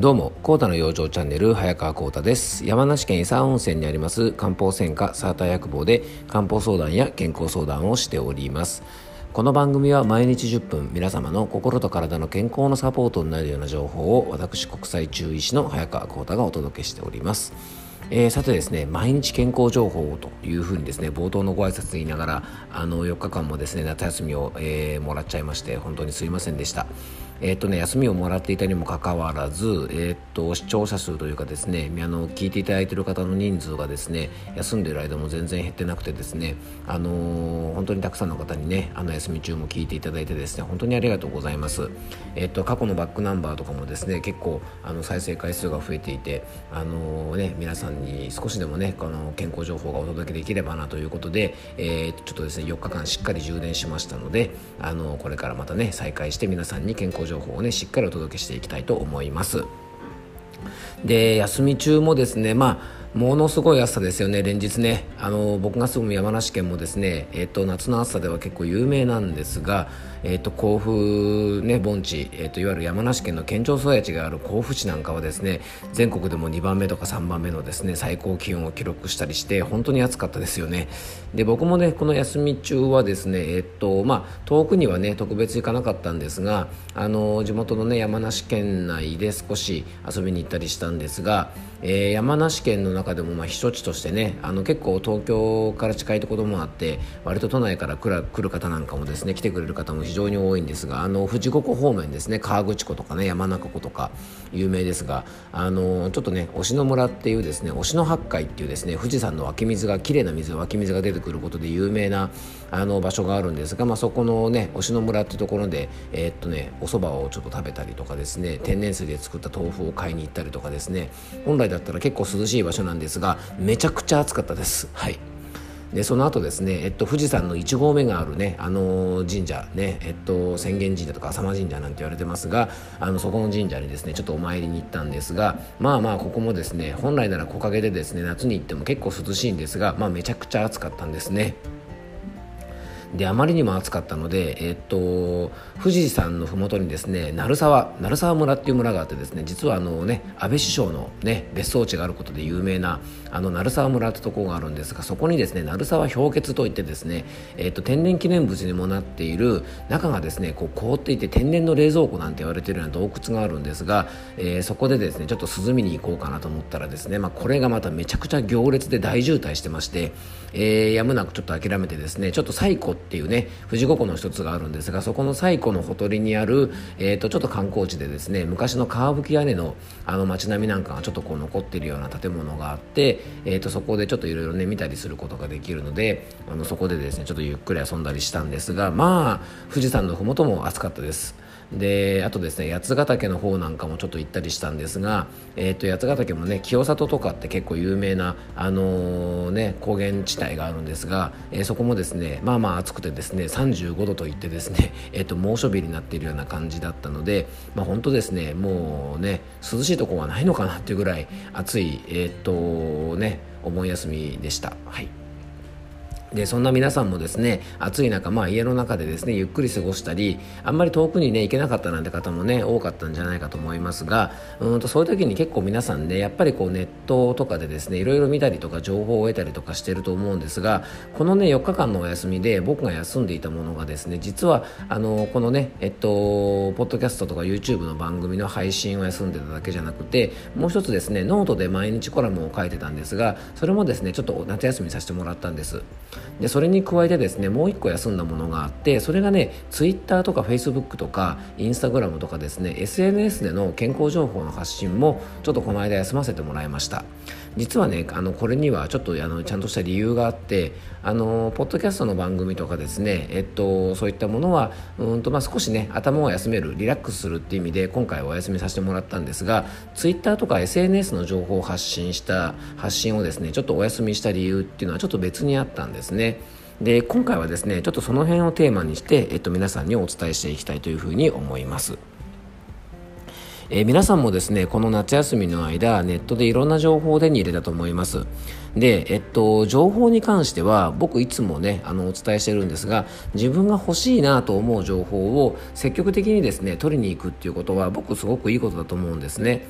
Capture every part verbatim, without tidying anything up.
どうも、コータの養生チャンネル早川コータです。山梨県伊佐温泉にあります漢方専科サーター薬房で漢方相談や健康相談をしております。この番組は毎日じゅっぷん、皆様の心と体の健康のサポートになるような情報を私、国際中医師の早川コータがお届けしております。えー、さてですね、毎日健康情報をというふうにですね、冒頭のご挨拶で言いながらあのよっかかんもですね夏休みを、えー、もらっちゃいまして、本当にすいませんでした。えーっとね、休みをもらっていたにもかかわらず、えーっと視聴者数というかですね、あの聞いていただいている方の人数がですね、休んでいる間も全然減ってなくてですね、あのー、本当にたくさんの方にね、あの休み中も聞いていただいてですね、本当にありがとうございます。えーっと過去のバックナンバーとかもですね、結構あの再生回数が増えていて、あのーね、皆さんに少しでもね、この健康情報がお届けできればなということで、えー、ちょっとですねよっかかんしっかり充電しましたので、あのー、これからまたね再開して皆さんに健康情報をねしっかりお届けしていきたいと思います。で、休み中もですね、まあものすごい暑さですよね、連日ね。あの僕が住む山梨県もですね、えっと、夏の暑さでは結構有名なんですが、えっと、甲府、ね、盆地、えっと、いわゆる山梨県の県庁所在地がある甲府市なんかはですね、全国でもにばんめとかさんばんめのですね最高気温を記録したりして、本当に暑かったですよね。で、僕もねこの休み中はですね、えっとまあ、遠くにはね特別行かなかったんですが、あの地元のね山梨県内で少し遊びに行ったりしたんですが、えー、山梨県の中でもまあ避暑地としてね、あの結構東京から近いところもあって、割と都内から来る、来る方なんかもですね、来てくれる方も非常に多いんですが、あの富士五湖方面ですね、河口湖とかね山中湖とか有名ですが、あのちょっとね忍野村っていうですね、忍野八海っていうですね、富士山の湧き水がきれいな水湧き水が出てくることで有名なあの場所があるんですが、まあ、そこのね忍野村っていうところで、えー、っとねお蕎麦をちょっと食べたりとかですね、天然水で作った豆腐を買いに行ったりとかですね、本来だったら結構涼しい場所なんですが、めちゃくちゃ暑かったです。はい。でその後ですね、えっと、富士山のいち合目があるね、あのー、神社ね、えっと、浅間神社とか浅間神社なんて言われてますが、あのそこの神社にですねちょっとお参りに行ったんですが、まあまあここもですね、本来なら木陰でですね夏に行っても結構涼しいんですが、まあ、めちゃくちゃ暑かったんですね。で、あまりにも暑かったので、えっと、富士山のふもとにですね、鳴沢、鳴沢村っていう村があってですね、実はあのね、安倍首相のね、別荘地があることで有名な、あの鳴沢村ってところがあるんですが、そこにですね、鳴沢氷穴といってですね、えっと、天然記念物にもなっている、中がですね、こう凍っていて天然の冷蔵庫なんて言われているような洞窟があるんですが、えー、そこでですね、ちょっと涼みに行こうかなと思ったらですね、まあ、これがまためちゃくちゃ行列で大渋滞してまして、えー、やむなくちょっと諦めてですね、ちょっと西湖っていうね富士五湖の一つがあるんですが、そこの西湖のほとりにある、えー、とちょっと観光地でですね、昔の川吹屋根のあの街並みなんかがちょっとこう残っているような建物があって、えー、とそこでちょっといろいろね見たりすることができるので、あのそこでですねちょっとゆっくり遊んだりしたんですが、まあ富士山のふもとも暑かったです。で、あとですね、八ヶ岳の方なんかもちょっと行ったりしたんですが、えー、と八ヶ岳もね清里とかって結構有名な、あのーね、高原地帯があるんですが、えー、そこもですねまあまあ暑くてですねさんじゅうごどといってですね、えー、と猛暑日になっているような感じだったので、まあ、本当ですねもうね涼しいところはないのかなっていうぐらい暑い、えー、とねお盆休みでした。はい。で、そんな皆さんもですね、暑い中、まあ、家の中でですねゆっくり過ごしたり、あんまり遠くにね行けなかったなんて方もね多かったんじゃないかと思いますが、うんとそういう時に結構皆さんねやっぱりこうネットとかでですねいろいろ見たりとか情報を得たりとかしてると思うんですが、このねよっかかんのお休みで僕が休んでいたものがですね、実はあのこのねえっとポッドキャストとか YouTube の番組の配信を休んでただけじゃなくて、もう一つですねノートで毎日コラムを書いてたんですが、それもですねちょっと夏休みさせてもらったんです。で、それに加えてですねもう一個休んだものがあって、それがね Twitter とか Facebook とか Instagram とかですね エスエヌエス での健康情報の発信もちょっとこの間休ませてもらいました。実はねあのこれにはちょっとあのちゃんとした理由があって、あのポッドキャストの番組とかですね、えっと、そういったものはうんと、まあ、少しね頭を休める、リラックスするっていう意味で今回お休みさせてもらったんですが、 Twitter とか エスエヌエス の情報を発信した発信をですねちょっとお休みした理由っていうのはちょっと別にあったんですね。で、今回はですねちょっとその辺をテーマにして、えっと、皆さんにお伝えしていきたいというふうに思います。えー、皆さんもですねこの夏休みの間ネットでいろんな情報を手に入れたと思います。で、えっと、情報に関しては僕いつもねあのお伝えしてるんですが、自分が欲しいなと思う情報を積極的にですね取りに行くっていうことは僕すごくいいことだと思うんですね。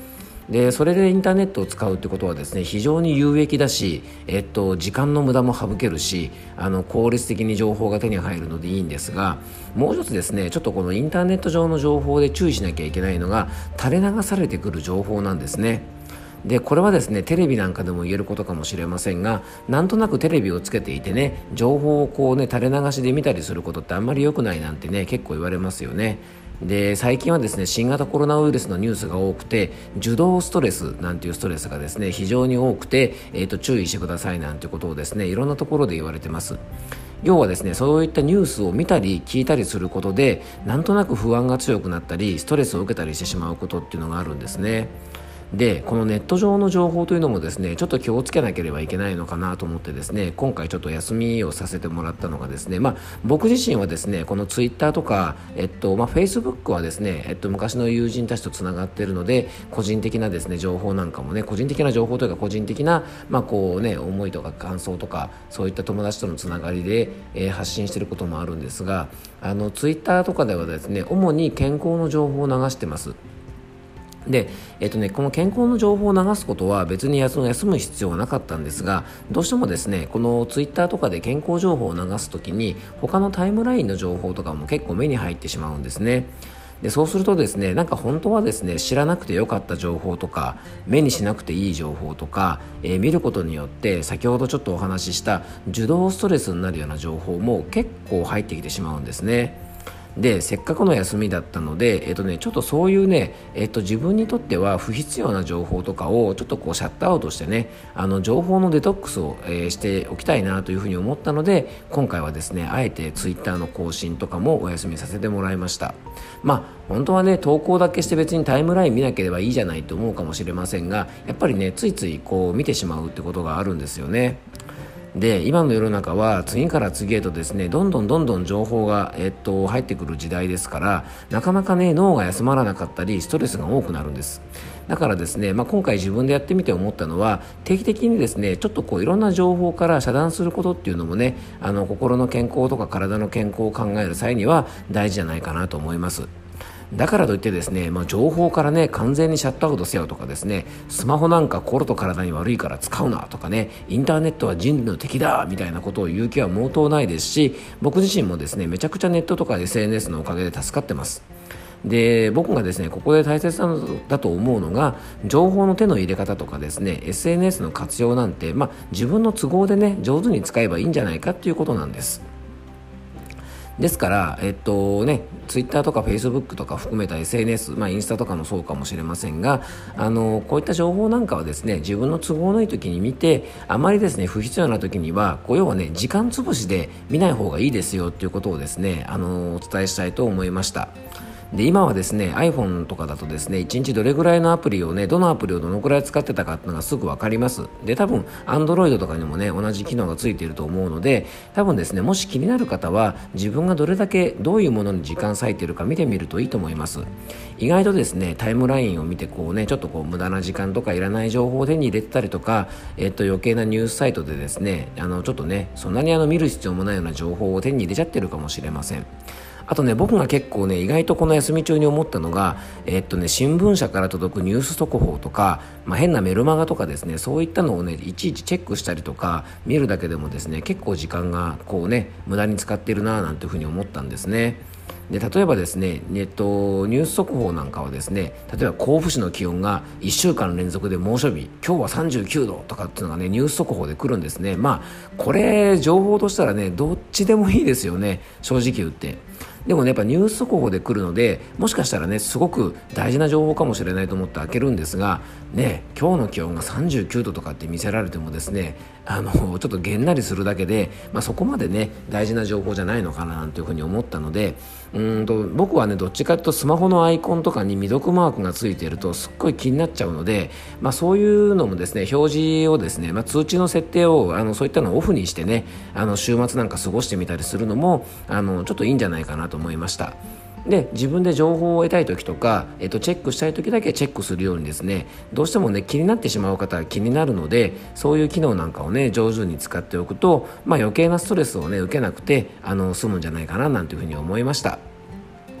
でそれでインターネットを使うってことはですね非常に有益だし、えっと、時間の無駄も省けるし、あの効率的に情報が手に入るのでいいんですが、もう一つですねちょっとこのインターネット上の情報で注意しなきゃいけないのが垂れ流されてくる情報なんですね。でこれはですねテレビなんかでも言えることかもしれませんが、なんとなくテレビをつけていてね情報をこうね垂れ流しで見たりすることってあんまり良くないなんてね結構言われますよね。で最近はですね新型コロナウイルスのニュースが多くて、受動ストレスなんていうストレスがですね非常に多くて、えーと注意してくださいなんてことをですねいろんなところで言われてます。要はですねそういったニュースを見たり聞いたりすることでなんとなく不安が強くなったりストレスを受けたりしてしまうことっていうのがあるんですね。でこのネット上の情報というのもですねちょっと気をつけなければいけないのかなと思ってですね今回ちょっと休みをさせてもらったのがですね、まあ、僕自身はですねこのツイッターとか、えっとまあ、フェイスブックはですね、えっと、昔の友人たちとつながっているので個人的なですね情報なんかもね個人的な情報というか個人的な、まあこうね、思いとか感想とかそういった友達とのつながりで、えー、発信していることもあるんですが、あのツイッターとかではですね主に健康の情報を流してます。で、えっとね、この健康の情報を流すことは別に休む必要はなかったんですが、どうしてもですねこのツイッターとかで健康情報を流すときに他のタイムラインの情報とかも結構目に入ってしまうんですね。でそうするとですねなんか本当はですね知らなくてよかった情報とか目にしなくていい情報とか、えー、見ることによって先ほどちょっとお話しした受動ストレスになるような情報も結構入ってきてしまうんですね。でせっかくの休みだったので、えっとね、ちょっとそういうね、えっと、自分にとっては不必要な情報とかをちょっとこうシャットアウトしてねあの情報のデトックスを、えー、しておきたいなというふうに思ったので、今回はですねあえてツイッターの更新とかもお休みさせてもらいました。まあ本当はね投稿だけして別にタイムライン見なければいいじゃないと思うかもしれませんが、やっぱりねついついこう見てしまうってことがあるんですよね。で今の世の中は次から次へとですねどんどんどんどん情報が、えっと、入ってくる時代ですから、なかなかね脳が休まらなかったりストレスが多くなるんです。だからですね、まあ、今回自分でやってみて思ったのは定期的にですねちょっとこういろんな情報から遮断することっていうのもねあの心の健康とか体の健康を考える際には大事じゃないかなと思います。だからといってですね、まあ、情報からね完全にシャットアウトせよとかですね、スマホなんか心と体に悪いから使うなとかね、インターネットは人類の敵だみたいなことを言う気は毛頭ないですし、僕自身もですねめちゃくちゃネットとか エスエヌエス のおかげで助かってます。で僕がですねここで大切だと思うのが情報の手の入れ方とかですね エスエヌエス の活用なんて、まあ、自分の都合でね上手に使えばいいんじゃないかっていうことなんです。ですから、えっとね、ツイッターとかフェイスブックとか含めた エスエヌエス、まあ、インスタとかもそうかもしれませんが、あのこういった情報なんかはですね自分の都合のいい時に見て、あまりですね不必要な時にはこう要はね時間潰しで見ない方がいいですよということをですねあのお伝えしたいと思いました。で今はですね iPhone とかだとですねいちにちどれぐらいのアプリをねどのアプリをどのくらい使ってたかっていうのがすぐ分かります。で多分 Android とかにもね同じ機能がついていると思うので、多分ですねもし気になる方は自分がどれだけどういうものに時間割いているか見てみるといいと思います。意外とですねタイムラインを見てこうねちょっとこう無駄な時間とかいらない情報を手に入れてたりとか、えっと余計なニュースサイトでですねあのちょっとねそんなにあの見る必要もないような情報を手に入れちゃってるかもしれません。あとね僕が結構ね意外とこの休み中に思ったのが、えっとね新聞社から届くニュース速報とか、まあ、変なメルマガとかですねそういったのをねいちいちチェックしたりとか見るだけでもですね結構時間がこうね無駄に使っているななんていうふうに思ったんですね。で例えばですね、えっと、ニュース速報なんかはですね例えば甲府市の気温がいっしゅうかん連続で猛暑日、今日はさんじゅうきゅうどとかっていうのがねニュース速報で来るんですね。まあこれ情報としたらねどっちでもいいですよね正直言って。でもねやっぱニュース速報で来るのでもしかしたらねすごく大事な情報かもしれないと思って開けるんですがね、今日の気温がさんじゅうきゅうどとかって見せられてもですねあのちょっとげんなりするだけで、まあ、そこまでね大事な情報じゃないのかななんていうふうに思ったので、うーんと僕はねどっちかというとスマホのアイコンとかに未読マークがついているとすっごい気になっちゃうので、まあ、そういうのもですね表示をですね、まあ、通知の設定をあのそういったのをオフにしてねあの週末なんか過ごしてみたりするのもあのちょっといいんじゃないかなと思いました。で自分で情報を得たい時とか、えっと、チェックしたい時だけチェックするようにですねどうしてもね気になってしまう方は気になるので、そういう機能なんかをね上手に使っておくと、まあ、余計なストレスをね受けなくてあの済むんじゃないかななんていうふうに思いました。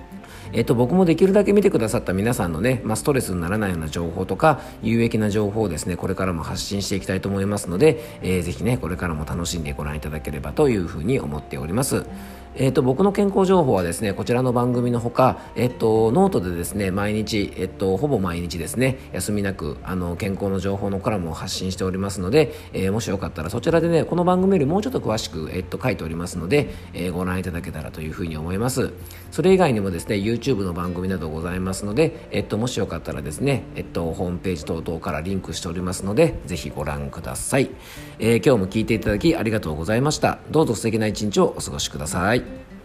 えっと、僕もできるだけ見てくださった皆さんのね、まあ、ストレスにならないような情報とか有益な情報をですねこれからも発信していきたいと思いますので、えー、ぜひねこれからも楽しんでご覧いただければというふうに思っております。えー、と僕の健康情報はですねこちらの番組のほか、えー、とノートでですね毎日、えー、とほぼ毎日ですね休みなくあの健康の情報のコラムを発信しておりますので、えー、もしよかったらそちらでねこの番組よりもうちょっと詳しく、えー、と書いておりますので、えー、ご覧いただけたらというふうに思います。それ以外にもですね YouTube の番組などございますので、えー、ともしよかったらですね、えー、とホームページ等々からリンクしておりますのでぜひご覧ください。えー、今日も聞いていただきありがとうございました。どうぞ素敵な一日をお過ごしください。